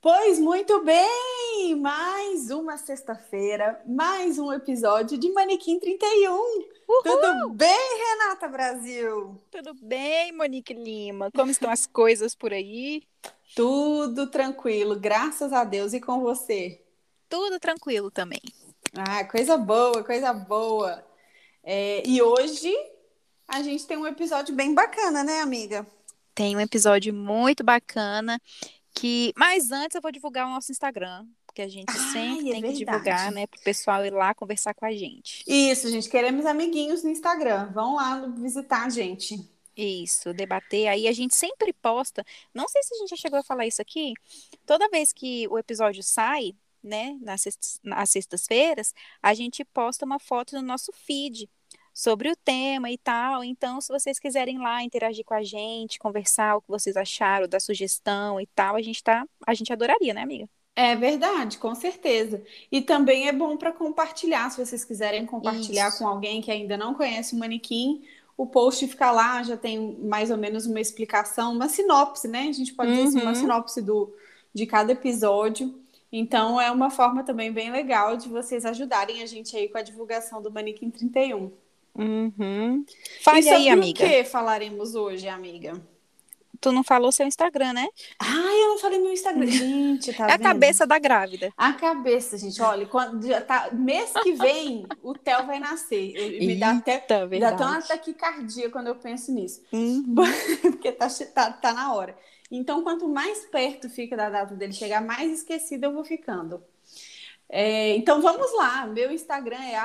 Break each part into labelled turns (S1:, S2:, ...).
S1: Pois muito bem! Mais uma sexta-feira, mais um episódio de Manequim 31. Tudo
S2: Uhul!
S1: bem, Renata Brasil?
S2: Tudo bem, Monique Lima? Como estão as coisas por aí?
S1: Tudo tranquilo, graças a Deus. E com você?
S2: Tudo tranquilo também.
S1: Ah, coisa boa, coisa boa. E hoje a gente tem um episódio bem bacana, né, amiga?
S2: Tem um episódio muito bacana mas antes eu vou divulgar o nosso Instagram, porque a gente sempre
S1: Ai, é
S2: tem que divulgar,
S1: verdade.
S2: né, para o pessoal ir lá conversar com a gente.
S1: Isso, gente, queremos amiguinhos no Instagram. Vão lá visitar a gente.
S2: Isso, debater. Aí a gente sempre posta. Não sei se a gente já chegou a falar isso aqui. Toda vez que o episódio sai, né, nas sextas-feiras, a gente posta uma foto no nosso feed sobre o tema e tal. Então, se vocês quiserem ir lá interagir com a gente, conversar o que vocês acharam, dar sugestão e tal, a gente adoraria, né, amiga?
S1: É verdade, com certeza. E também é bom para compartilhar, se vocês quiserem compartilhar com
S2: Isso.
S1: alguém que ainda não conhece o manequim, o post fica lá, já tem mais ou menos uma explicação, uma sinopse, né? A gente pode dizer assim, uma
S2: Uhum,
S1: sinopse de cada episódio. Então é uma forma também bem legal de vocês ajudarem a gente aí com a divulgação do Manequim 31.
S2: uhum.
S1: E
S2: Fale aí,
S1: sobre o
S2: amiga.
S1: que falaremos hoje, amiga?
S2: Tu não falou seu Instagram, né?
S1: Ah, eu não falei meu Instagram. Gente, tá
S2: É a
S1: vendo?
S2: cabeça da grávida.
S1: A cabeça, gente, olha, quando já tá, mês que vem o Theo vai nascer.
S2: Eita,
S1: Me dá até uma
S2: verdade.
S1: taquicardia quando eu penso nisso.
S2: Uhum.
S1: Porque tá na hora. Então, quanto mais perto fica da data dele chegar, mais esquecida eu vou ficando. Então, vamos lá. Meu Instagram é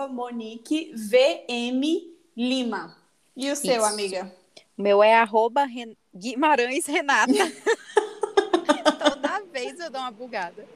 S1: @moniquevmlima. E o seu,
S2: Isso.
S1: amiga?
S2: O meu é Guimarães Renata. Toda vez eu dou uma bugada.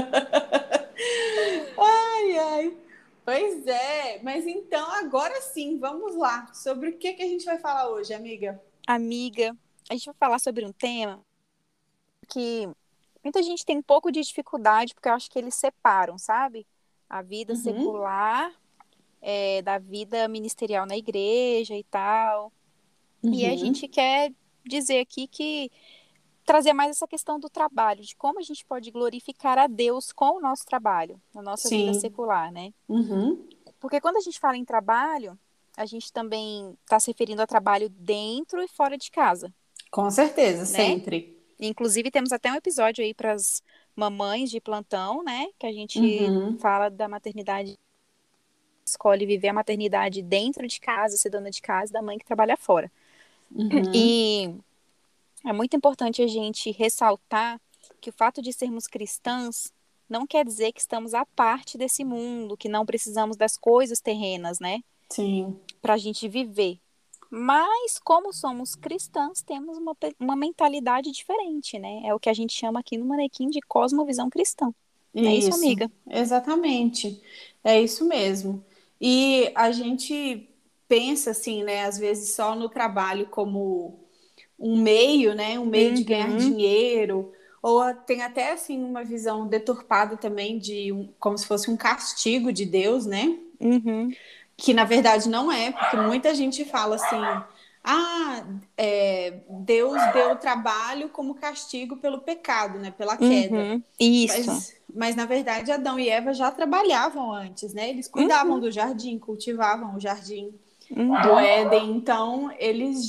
S1: Ai, ai. Pois é, mas então agora sim, vamos lá. Sobre o que a gente vai falar hoje, amiga?
S2: Amiga, a gente vai falar sobre um tema que muita gente tem um pouco de dificuldade, porque eu acho que eles separam, sabe? A vida
S1: Uhum,
S2: secular, da vida ministerial na igreja e tal. E a
S1: uhum.
S2: gente quer dizer aqui que trazer mais essa questão do trabalho, de como a gente pode glorificar a Deus com o nosso trabalho, na nossa vida
S1: Sim.
S2: secular, né?
S1: Uhum.
S2: Porque quando a gente fala em trabalho, a gente também está se referindo a trabalho dentro e fora de casa,
S1: Com certeza,
S2: né?
S1: sempre.
S2: Inclusive, temos até um episódio aí para as mamães de plantão, né? Que a gente
S1: Uhum,
S2: fala da maternidade, escolhe viver a maternidade dentro de casa, ser dona de casa, da mãe que trabalha fora.
S1: uhum.
S2: E é muito importante a gente ressaltar que o fato de sermos cristãs não quer dizer que estamos à parte desse mundo, que não precisamos das coisas terrenas, né?
S1: Sim.
S2: Para a gente viver. Mas, como somos cristãs, temos uma mentalidade diferente, né? É o que a gente chama aqui no Manequim de cosmovisão cristã. Não é isso,
S1: Isso,
S2: amiga?
S1: exatamente. É isso mesmo. E a gente pensa assim, né, às vezes só no trabalho como um meio, né, um meio de ganhar
S2: Uhum,
S1: dinheiro, ou tem até assim uma visão deturpada também como se fosse um castigo de Deus, né?
S2: uhum,
S1: Que na verdade não é, porque muita gente fala assim: ah, Deus deu o trabalho como castigo pelo pecado, né? Pela queda.
S2: uhum. Isso.
S1: Mas na verdade Adão e Eva já trabalhavam antes, né? Eles cuidavam
S2: Uhum,
S1: do jardim, cultivavam o jardim do
S2: uhum.
S1: Éden, então eles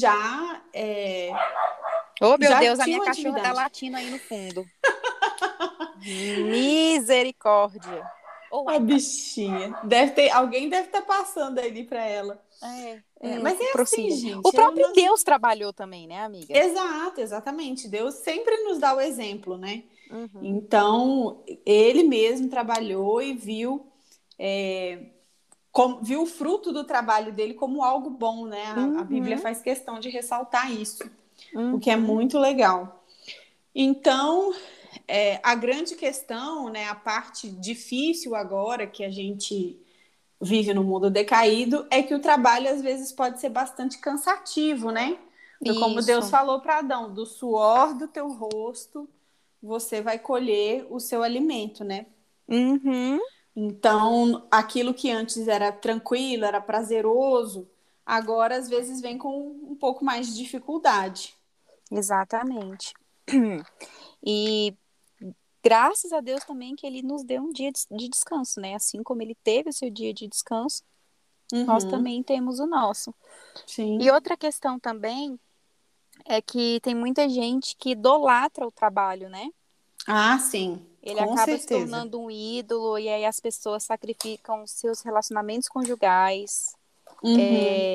S2: Oh, meu
S1: já
S2: Deus, a minha
S1: tinham
S2: cachorra tá
S1: atividade.
S2: latindo aí no fundo. Misericórdia. Ou
S1: A
S2: ainda.
S1: bichinha. Alguém deve estar passando ali para ela. Mas é assim,
S2: Prossiga. O
S1: gente.
S2: próprio Deus trabalhou também, né, amiga?
S1: Exato, exatamente. Deus sempre nos dá o exemplo, né?
S2: Uhum,
S1: Então, ele mesmo trabalhou e é, viu o fruto do trabalho dele como algo bom, né? A Bíblia
S2: uhum,
S1: faz questão de ressaltar isso, o que é
S2: uhum,
S1: muito legal. Então, a grande questão, né, a parte difícil agora que a gente vive no mundo decaído, é que o trabalho às vezes pode ser bastante cansativo, né? Foi como Deus
S2: isso.
S1: falou para Adão: do suor do teu rosto você vai colher o seu alimento, né?
S2: Uhum,
S1: Então, aquilo que antes era tranquilo, era prazeroso, agora às vezes vem com um pouco mais de dificuldade.
S2: exatamente. E graças a Deus também que ele nos deu um dia de descanso, né? Assim como ele teve o seu dia de descanso, nós
S1: Uhum.
S2: também temos o nosso. E
S1: Sim.
S2: outra questão também é que tem muita gente que idolatra o trabalho, né?
S1: Ah, sim,
S2: Ele
S1: com
S2: acaba se
S1: certeza.
S2: tornando um ídolo e aí as pessoas sacrificam seus relacionamentos conjugais,
S1: Uhum.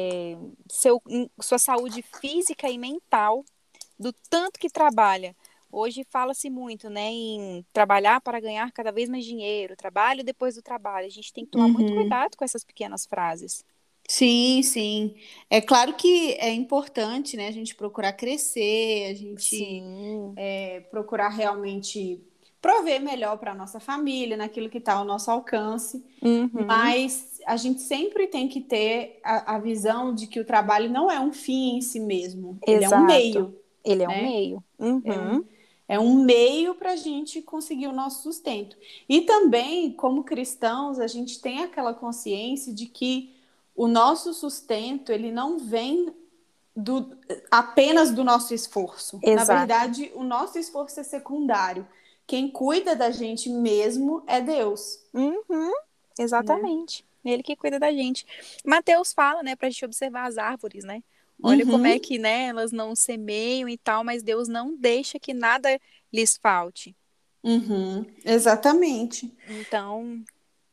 S2: sua saúde física e mental, do tanto que trabalha. Hoje fala-se muito, né, em trabalhar para ganhar cada vez mais dinheiro, trabalho depois do trabalho. A gente tem que tomar muito
S1: Uhum.
S2: cuidado com essas pequenas frases.
S1: Sim, sim. É claro que é importante, né, a gente procurar crescer, a gente
S2: Sim.
S1: procurar realmente prover melhor para a nossa família, naquilo que está ao nosso alcance,
S2: Uhum.
S1: mas a gente sempre tem que ter a visão de que o trabalho não é um fim em si mesmo, ele é um
S2: Exato.
S1: meio,
S2: Ele é um
S1: né?
S2: meio.
S1: É
S2: Uhum.
S1: um, é um meio para a gente conseguir o nosso sustento. E também, como cristãos, a gente tem aquela consciência de que o nosso sustento ele não vem do, apenas do nosso esforço. Na
S2: Exato.
S1: verdade, o nosso esforço é secundário. Quem cuida da gente mesmo é Deus,
S2: Uhum.
S1: né?
S2: Exatamente. Ele que cuida da gente. Mateus fala, né, pra gente observar as árvores, né? Olha como é
S1: Uhum,
S2: que, né, elas não semeiam e tal, mas Deus não deixa que nada lhes falte.
S1: uhum, exatamente.
S2: Então,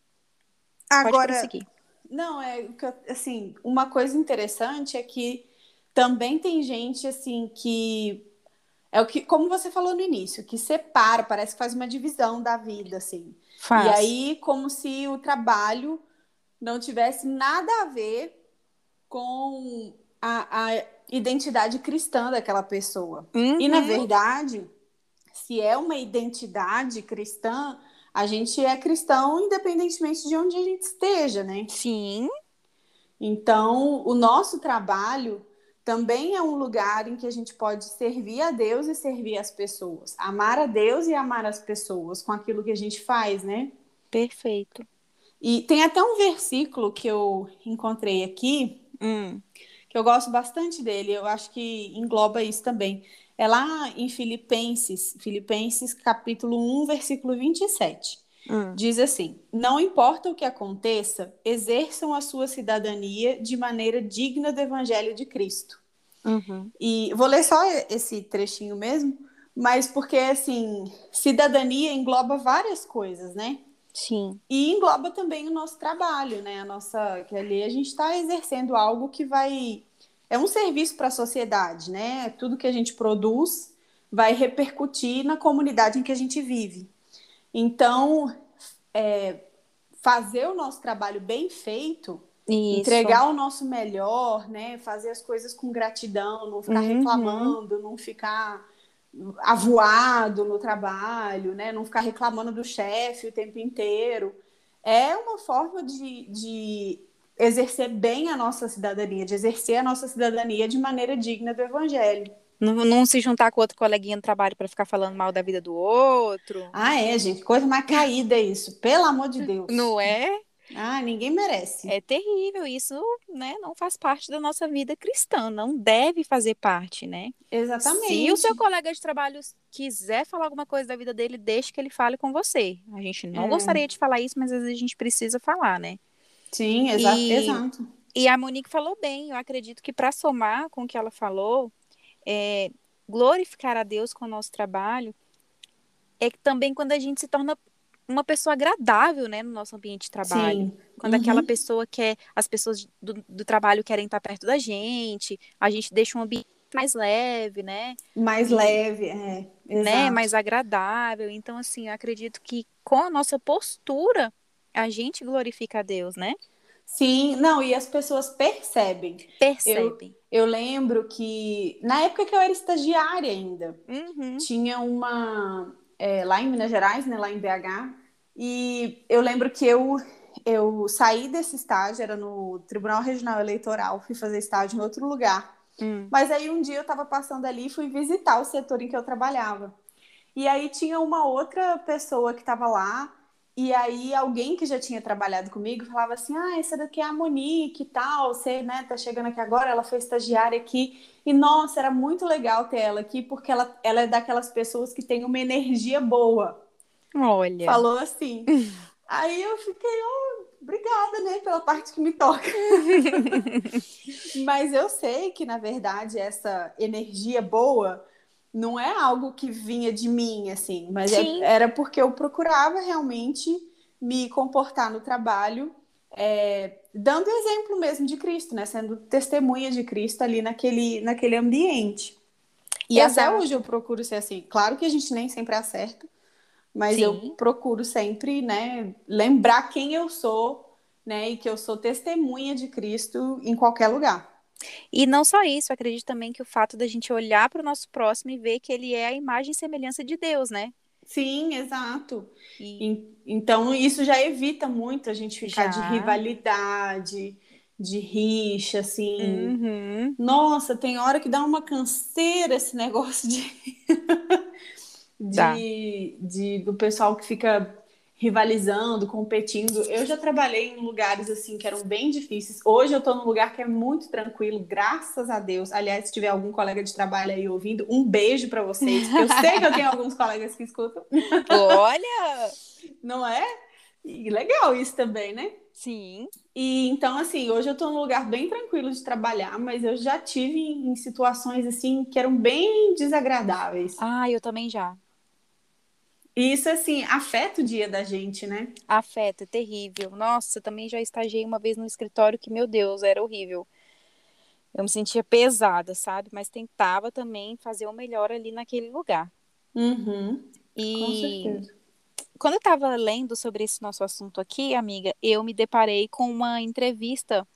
S2: pode
S1: Agora,
S2: prosseguir.
S1: não, assim, uma coisa interessante é que também tem gente assim que é o que, como você falou no início, que separa, parece que faz uma divisão da vida, assim. E
S2: Faz.
S1: aí, como se o trabalho não tivesse nada a ver com a identidade cristã daquela pessoa. E, na
S2: Uhum.
S1: verdade, se é uma identidade cristã, a gente é cristão independentemente de onde a gente esteja, né?
S2: Sim,
S1: Então, o nosso trabalho também é um lugar em que a gente pode servir a Deus e servir as pessoas. Amar a Deus e amar as pessoas com aquilo que a gente faz, né?
S2: perfeito.
S1: E tem até um versículo que eu encontrei aqui,
S2: Hum,
S1: que eu gosto bastante dele, eu acho que engloba isso também. É lá em Filipenses capítulo 1, versículo 27.
S2: hum,
S1: Diz assim: Não importa o que aconteça, exerçam a sua cidadania de maneira digna do evangelho de Cristo.
S2: uhum.
S1: E vou ler só esse trechinho mesmo, mas porque assim, cidadania engloba várias coisas, né?
S2: Sim,
S1: E engloba também o nosso trabalho, né? A nossa, que ali a gente está exercendo algo que vai é um serviço para a sociedade, né? Tudo que a gente produz vai repercutir na comunidade em que a gente vive. Então, fazer o nosso trabalho bem feito,
S2: isso.
S1: entregar o nosso melhor, né? Fazer as coisas com gratidão, não ficar
S2: Uhum.
S1: reclamando, não ficar avoado no trabalho, né? Não ficar reclamando do chefe o tempo inteiro. É uma forma de exercer bem a nossa cidadania, de exercer a nossa cidadania de maneira digna do evangelho.
S2: Não, não se juntar com outro coleguinha no trabalho para ficar falando mal da vida do outro.
S1: Ah, é, gente, coisa mais caída é isso, pelo amor de Deus.
S2: Não é?
S1: Ah, ninguém merece.
S2: É terrível, isso, né, não faz parte da nossa vida cristã, não deve fazer parte, né? Se o seu
S1: Exatamente.
S2: colega de trabalho quiser falar alguma coisa da vida dele, deixe que ele fale com você. A gente não gostaria
S1: É,
S2: de falar isso, mas às vezes a gente precisa falar, né?
S1: sim,
S2: E,
S1: exato.
S2: e a Monique falou bem, eu acredito que para somar com o que ela falou, é, glorificar a Deus com o nosso trabalho é que também quando a gente se torna uma pessoa agradável, né, no nosso ambiente de trabalho.
S1: Sim.
S2: Quando aquela
S1: Uhum.
S2: pessoa quer, as pessoas do trabalho querem estar perto da gente, a gente deixa um ambiente mais leve, né?
S1: Mais
S2: E,
S1: leve,
S2: né,
S1: exato.
S2: mais agradável. Então, assim, eu acredito que com a nossa postura, a gente glorifica a Deus, né?
S1: Sim, não, e as pessoas percebem.
S2: Percebem.
S1: Eu lembro que na época que eu era estagiária ainda,
S2: Uhum,
S1: tinha lá em Minas Gerais, né, lá em BH, e eu lembro que eu saí desse estágio, era no Tribunal Regional Eleitoral, fui fazer estágio em outro lugar.
S2: hum,
S1: Mas aí um dia eu estava passando ali e fui visitar o setor em que eu trabalhava. E aí tinha uma outra pessoa que estava lá, e aí alguém que já tinha trabalhado comigo falava assim: Ah, essa daqui é a Monique e tal, você, né, tá chegando aqui agora, ela foi estagiária aqui. E nossa, era muito legal ter ela aqui, porque ela é daquelas pessoas que tem uma energia boa.
S2: Olha.
S1: Falou assim. Aí eu fiquei, oh, obrigada, né, pela parte que me toca. Mas eu sei que, na verdade, essa energia boa não é algo que vinha de mim, assim, mas
S2: Sim,
S1: era porque eu procurava realmente me comportar no trabalho, dando exemplo mesmo de Cristo, né? Sendo testemunha de Cristo ali naquele ambiente. E até hoje
S2: exato.
S1: eu procuro ser assim. Claro que a gente nem sempre acerta, mas eu
S2: Sim.
S1: procuro sempre, né, lembrar quem eu sou, né, e que eu sou testemunha de Cristo em qualquer lugar.
S2: E não só isso, eu acredito também que o fato da gente olhar para o nosso próximo e ver que ele é a imagem e semelhança de Deus, né?
S1: Sim, exato.
S2: E
S1: Então, isso já evita muito a gente ficar de
S2: já.
S1: rivalidade, de rixa, assim.
S2: Uhum.
S1: Nossa, tem hora que dá uma canseira esse negócio
S2: Dá.
S1: do pessoal que fica rivalizando, competindo. Eu já trabalhei em lugares assim que eram bem difíceis. Hoje eu estou num lugar que é muito tranquilo, graças a Deus. Aliás, se tiver algum colega de trabalho aí ouvindo, um beijo para vocês, porque eu sei que eu tenho alguns colegas que escutam,
S2: Olha!
S1: não é? E legal isso também, né?
S2: Sim.
S1: E então, assim, hoje eu estou num lugar bem tranquilo de trabalhar, mas eu já tive em situações assim que eram bem desagradáveis.
S2: Ah, eu também já.
S1: E isso, assim, afeta o dia da gente, né?
S2: Afeta, é terrível. Nossa, também já estagiei uma vez no escritório que, meu Deus, era horrível. Eu me sentia pesada, sabe? Mas tentava também fazer o melhor ali naquele lugar.
S1: Uhum, com
S2: E
S1: certeza.
S2: quando eu estava lendo sobre esse nosso assunto aqui, amiga, eu me deparei com uma entrevista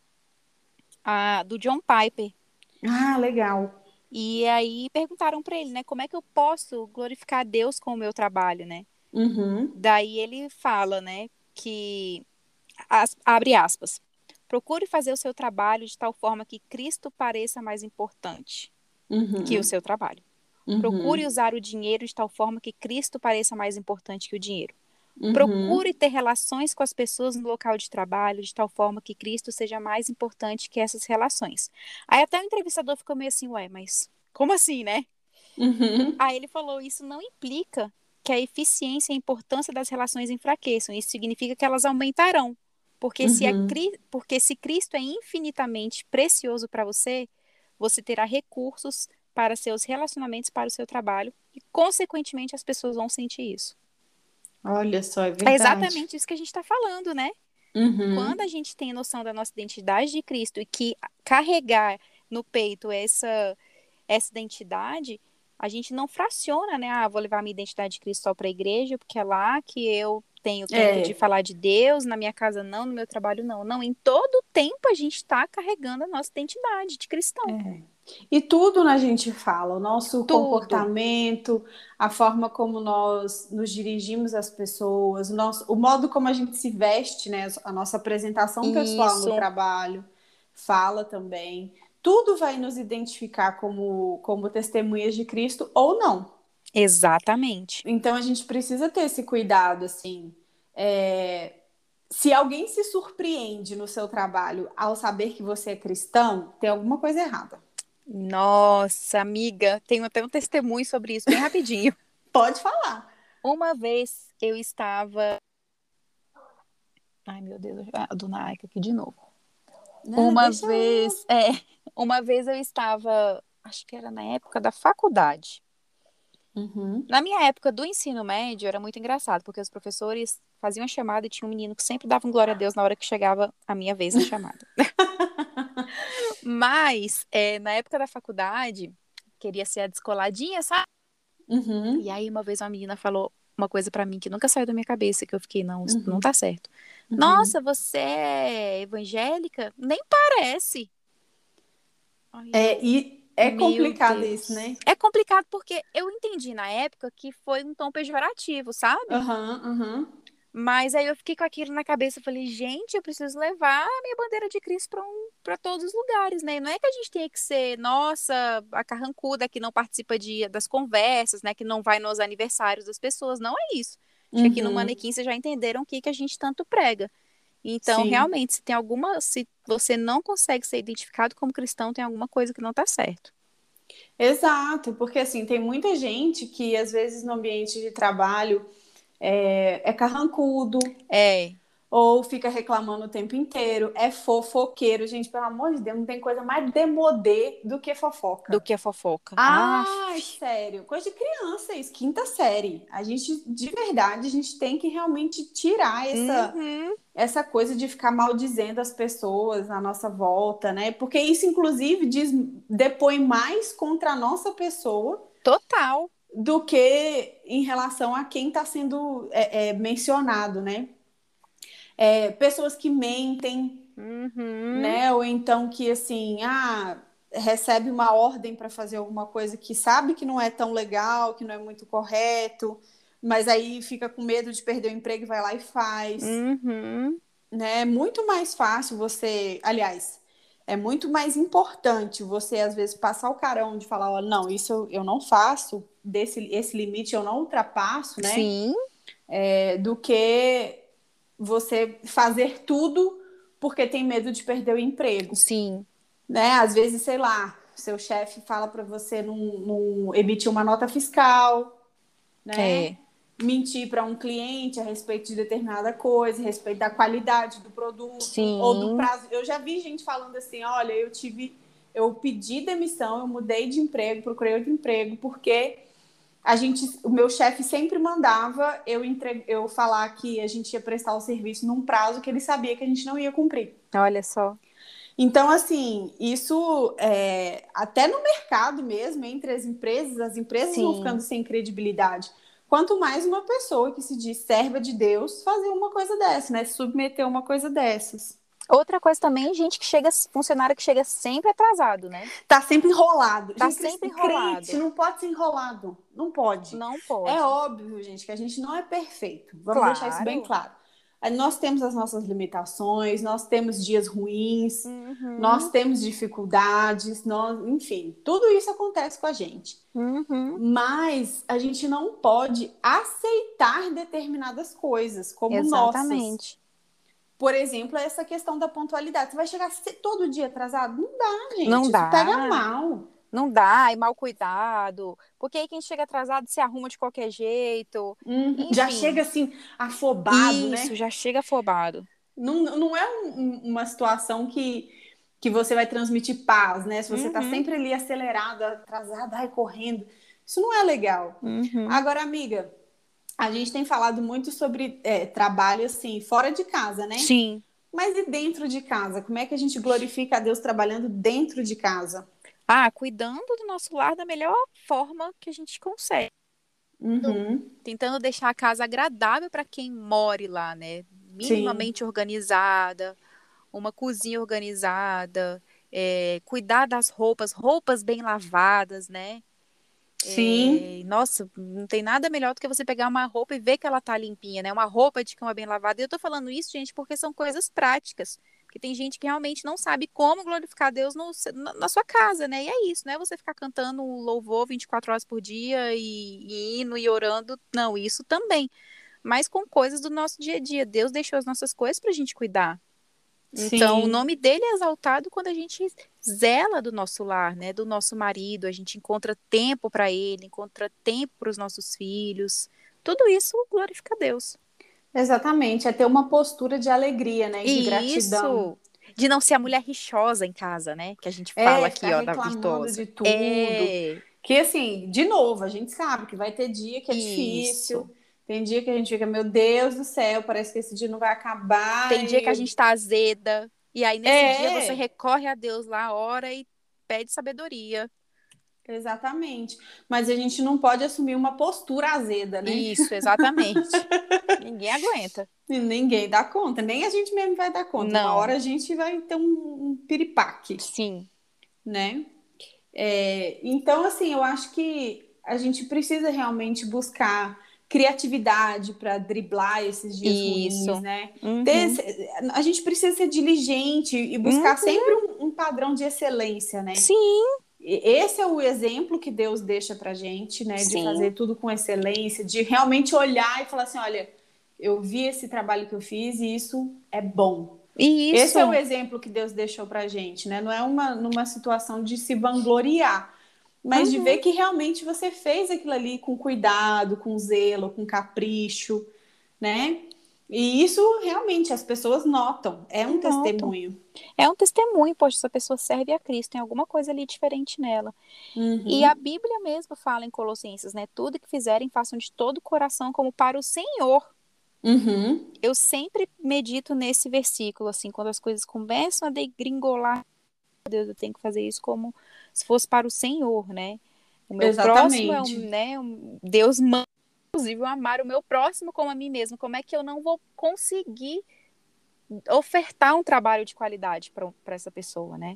S2: do John Piper.
S1: Ah, legal.
S2: E aí perguntaram para ele, né, como é que eu posso glorificar a Deus com o meu trabalho, né?
S1: Uhum,
S2: Daí ele fala, né, que abre aspas. Procure fazer o seu trabalho de tal forma que Cristo pareça mais importante que o
S1: uhum,
S2: seu trabalho. Procure
S1: uhum,
S2: usar o dinheiro de tal forma que Cristo pareça mais importante que o dinheiro. Procure
S1: uhum.
S2: ter relações com as pessoas no local de trabalho de tal forma que Cristo seja mais importante que essas relações. Aí até o entrevistador ficou meio assim, ué, mas como assim, né?
S1: Uhum,
S2: Aí ele falou, isso não implica que a eficiência e a importância das relações enfraqueçam. Isso significa que elas aumentarão.
S1: uhum,
S2: Porque se Cristo é infinitamente precioso para você, você terá recursos para seus relacionamentos, para o seu trabalho, e, consequentemente, as pessoas vão sentir isso.
S1: olha só, é
S2: É
S1: verdade.
S2: exatamente isso que a gente está falando, né? Quando a
S1: Uhum,
S2: gente tem noção da nossa identidade de Cristo e que carregar no peito essa identidade, a gente não fraciona, né? Ah, vou levar minha identidade de Cristo só para a igreja, porque é lá que eu tenho tempo de
S1: é,
S2: falar de Deus, na minha casa não, no meu trabalho não. Não, em todo tempo a gente está carregando a nossa identidade de cristão.
S1: é. E tudo a gente fala, o nosso
S2: Tudo.
S1: comportamento, a forma como nós nos dirigimos às pessoas, o modo como a gente se veste, né? A nossa apresentação pessoal no
S2: Isso,
S1: trabalho, fala também. Tudo vai nos identificar como testemunhas de Cristo ou não.
S2: exatamente.
S1: Então a gente precisa ter esse cuidado, assim. Se alguém se surpreende no seu trabalho ao saber que você é cristão, tem alguma coisa errada.
S2: Nossa, amiga, tenho até um testemunho sobre isso, bem rapidinho.
S1: Pode falar.
S2: Uma vez eu estava. Ai, meu Deus, a dona Aika aqui de novo.
S1: Né?
S2: Uma
S1: Deixa ela.
S2: vez, uma vez eu estava, acho que era na época da faculdade.
S1: Uhum.
S2: Na minha época do ensino médio era muito engraçado, porque os professores faziam a chamada e tinha um menino que sempre dava um glória a Deus na hora que chegava a minha vez na chamada. Mas, na época da faculdade, queria ser a descoladinha, sabe? E
S1: Uhum.
S2: aí uma vez uma menina falou uma coisa pra mim que nunca saiu da minha cabeça, que eu fiquei, não, isso não
S1: Uhum.
S2: tá certo. Nossa,
S1: Uhum.
S2: você é evangélica? Nem parece. Aí eu,
S1: E é
S2: meu
S1: complicado isso,
S2: Deus.
S1: né?
S2: É complicado porque eu entendi na época que foi um tom pejorativo, sabe?
S1: Aham, aham.
S2: Mas aí eu fiquei com aquilo na cabeça, eu falei, gente, eu preciso levar a minha bandeira de Cristo para todos os lugares, né? Não é que a gente tenha que ser, nossa, a carrancuda que não participa das conversas, né? Que não vai nos aniversários das pessoas. Não é isso. Acho que aqui no
S1: Uhum.
S2: Manequim vocês já entenderam o que que a gente tanto prega. Então,
S1: Sim.
S2: realmente, se você não consegue ser identificado como cristão, tem alguma coisa que não está certo.
S1: Exato, porque assim, tem muita gente que às vezes no ambiente de trabalho é carrancudo,
S2: É,
S1: ou fica reclamando o tempo inteiro, é fofoqueiro. Gente, pelo amor de Deus, não tem coisa mais demodê do que
S2: do
S1: fofoca.
S2: que a fofoca.
S1: Ai,
S2: Aff.
S1: sério, coisa de criança isso, quinta série. A gente, de verdade, a gente tem que realmente tirar
S2: Uhum.
S1: essa coisa de ficar maldizendo as pessoas à nossa volta, né? Porque isso, inclusive, depõe mais contra a nossa pessoa
S2: Total.
S1: do que em relação a quem está sendo mencionado, né? Pessoas que mentem,
S2: Uhum.
S1: né? Ou então que, assim, recebe uma ordem para fazer alguma coisa que sabe que não é tão legal, que não é muito correto, mas aí fica com medo de perder o emprego e vai lá e faz,
S2: Uhum.
S1: né? É muito mais fácil você, aliás, é muito mais importante você às vezes passar o carão de falar, ó, não, isso eu não faço, esse limite eu não ultrapasso, né?
S2: Sim,
S1: Do que você fazer tudo porque tem medo de perder o emprego,
S2: sim.
S1: né? Às vezes, sei lá, seu chefe fala para você não emitir uma nota fiscal, né?
S2: É.
S1: Mentir para um cliente a respeito de determinada coisa, a respeito da qualidade do produto ou do
S2: Sim.
S1: prazo. Eu já vi gente falando assim, olha, eu pedi demissão, eu mudei de emprego, procurei outro emprego, porque o meu chefe sempre mandava eu falar que a gente ia prestar o serviço num prazo que ele sabia que a gente não ia cumprir.
S2: Olha só.
S1: Então, assim, isso até no mercado mesmo, entre as empresas vão ficando
S2: Sim.
S1: sem credibilidade. Quanto mais uma pessoa que se diz serva de Deus fazer uma coisa dessa, né? Submeter uma coisa dessas.
S2: Outra coisa também, gente que chega, funcionário que chega sempre atrasado, né?
S1: Tá sempre enrolado.
S2: Tá
S1: Gente,
S2: sempre
S1: crente
S2: enrolado.
S1: não pode ser enrolado. Não pode.
S2: Não
S1: É
S2: pode.
S1: óbvio, gente, que a gente não é perfeito. Vamos deixar isso bem
S2: Claro.
S1: claro. Nós temos as nossas limitações, nós temos dias ruins, nós
S2: Uhum.
S1: temos dificuldades, enfim, tudo isso acontece com a gente.
S2: Uhum.
S1: Mas a gente não pode aceitar determinadas coisas como nossas.
S2: Exatamente.
S1: Por exemplo, essa questão da pontualidade. Você vai chegar todo dia atrasado? Não dá,
S2: Não
S1: gente. Isso pega
S2: dá.
S1: mal.
S2: Não dá, e mal cuidado. Porque aí quem chega atrasado se arruma de qualquer jeito.
S1: Uhum. Já chega
S2: Enfim,
S1: assim, afobado,
S2: isso,
S1: né?
S2: já chega afobado.
S1: Não é uma situação que você vai transmitir paz, né? Se você tá
S2: Uhum.
S1: sempre ali acelerado, atrasado, ai, correndo. Isso não é legal.
S2: Uhum.
S1: Agora, amiga, a gente tem falado muito sobre trabalho assim, fora de casa, né?
S2: Sim.
S1: Mas e dentro de casa? Como é que a gente glorifica a Deus trabalhando dentro de casa?
S2: Ah, cuidando do nosso lar da melhor forma que a gente consegue.
S1: Uhum.
S2: Tentando deixar a casa agradável para quem more lá, né?
S1: Sim,
S2: Minimamente organizada, uma cozinha organizada, cuidar das roupas, roupas bem lavadas, né?
S1: sim,
S2: Nossa, não tem nada melhor do que você pegar uma roupa e ver que ela tá limpinha, né? Uma roupa de cama bem lavada. E eu tô falando isso, gente, porque são coisas práticas. Porque tem gente que realmente não sabe como glorificar Deus na sua casa, né? E é isso, não é você ficar cantando louvor 24 horas por dia e indo e orando. Não, isso também. Mas com coisas do nosso dia a dia. Deus deixou as nossas coisas pra gente cuidar. Então, o
S1: sim.
S2: nome dele é exaltado quando a gente zela do nosso lar, né? Do nosso marido, a gente encontra tempo para ele, encontra tempo para os nossos filhos. Tudo isso glorifica a Deus.
S1: Exatamente. É ter uma postura de alegria, né? E de
S2: E
S1: gratidão.
S2: isso de não ser a mulher rixosa em casa, né? Que a gente fala
S1: Ficar
S2: aqui, ó, da
S1: reclamando
S2: virtuosa.
S1: de tudo. Que assim, de novo, a gente sabe que vai ter dia que é difícil.
S2: Isso.
S1: Tem dia que a gente fica, meu Deus do céu, parece que esse dia não vai acabar.
S2: Tem dia que a gente tá azeda, e aí nesse dia você
S1: É,
S2: recorre a Deus lá, ora e pede sabedoria.
S1: exatamente. Mas a gente não pode assumir uma postura azeda, né?
S2: Isso, exatamente. Ninguém aguenta.
S1: E ninguém dá conta, nem a gente mesmo vai dar conta. Uma
S2: Não.
S1: hora a gente vai ter um piripaque,
S2: Sim.
S1: né? Então, assim, eu acho que a gente precisa realmente buscar criatividade para driblar esses dias ruins,
S2: Isso.
S1: né?
S2: Uhum.
S1: A gente precisa ser diligente e buscar
S2: Uhum.
S1: sempre um padrão de excelência, né?
S2: Sim.
S1: Esse é o exemplo que Deus deixa pra gente, né? De
S2: Sim.
S1: fazer tudo com excelência, de realmente olhar e falar assim: olha, eu vi esse trabalho que eu fiz e isso é bom.
S2: E
S1: Esse é o
S2: isso.
S1: exemplo que Deus deixou pra gente, né? Não é numa situação de se vangloriar, mas de ver que realmente você fez aquilo ali com cuidado, com zelo, com capricho, né? E isso realmente as pessoas notam, é um
S2: Notam.
S1: testemunho.
S2: É um testemunho, poxa, essa pessoa serve a Cristo, tem alguma coisa ali diferente nela. E a
S1: Uhum,
S2: Bíblia mesmo fala em Colossenses, né? Tudo que fizerem, façam de todo o coração como para o Senhor.
S1: uhum,
S2: Eu sempre medito nesse versículo, assim, quando as coisas começam a degringolar, meu Deus, eu tenho que fazer isso como se fosse para o Senhor, né? O meu próximo é
S1: exatamente.
S2: Deus manda, inclusive, eu amar o meu próximo como a mim mesmo. Como é que eu não vou conseguir ofertar um trabalho de qualidade para essa pessoa, né?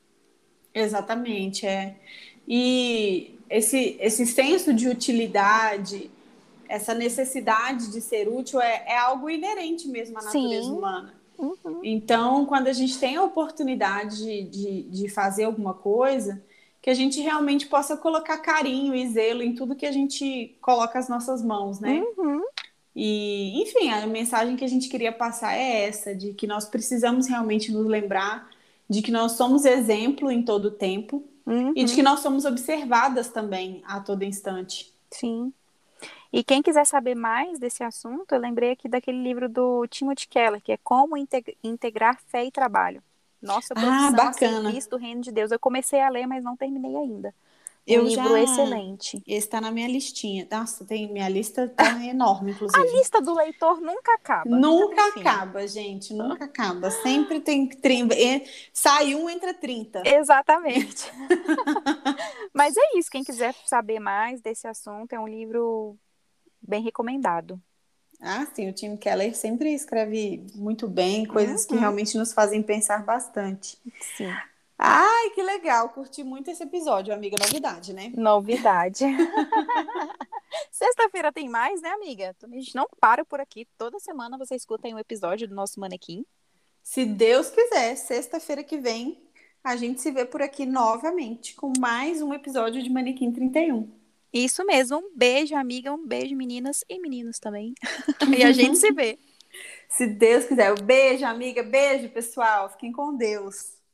S1: Exatamente, é. E esse senso de utilidade, essa necessidade de ser útil é algo inerente mesmo à natureza
S2: Sim.
S1: humana.
S2: Uhum.
S1: Então, quando a gente tem a oportunidade de fazer alguma coisa, que a gente realmente possa colocar carinho e zelo em tudo que a gente coloca as nossas mãos, né?
S2: Uhum.
S1: E, enfim, a mensagem que a gente queria passar é essa, de que nós precisamos realmente nos lembrar de que nós somos exemplo em todo o tempo e de que
S2: Uhum.
S1: nós somos observadas também a todo instante.
S2: Sim. E quem quiser saber mais desse assunto, eu lembrei aqui daquele livro do Timothy Keller, que é Como Integrar Fé e Trabalho. Nossa
S1: Ah,
S2: profissão a
S1: bacana.
S2: serviço do reino de Deus. Eu comecei a ler, mas não terminei ainda. Um
S1: Eu
S2: livro
S1: já.
S2: excelente.
S1: Esse está na minha listinha. Nossa, minha lista tá enorme,
S2: A
S1: inclusive.
S2: lista do leitor nunca acaba, nunca
S1: Nunca
S2: tem fim.
S1: acaba, gente, nunca acaba. Sempre tem sai um, entra 30.
S2: Exatamente. Mas é isso. Quem quiser saber mais desse assunto, é um livro bem recomendado.
S1: Ah, sim, o Tim Keller sempre escreve muito bem, coisas que
S2: Uhum.
S1: realmente nos fazem pensar bastante.
S2: Sim.
S1: Ai, que legal, curti muito esse episódio, amiga, novidade, né?
S2: Novidade. Sexta-feira tem mais, né, amiga? A gente não para por aqui. Toda semana você escuta aí um episódio do nosso Manequim.
S1: Se Deus quiser, sexta-feira que vem, a gente se vê por aqui novamente com mais um episódio de Manequim 31.
S2: Isso mesmo. Um beijo, amiga. Um beijo, meninas e meninos também. E a gente se vê.
S1: Se Deus quiser. Um beijo, amiga, beijo, pessoal. Fiquem com Deus.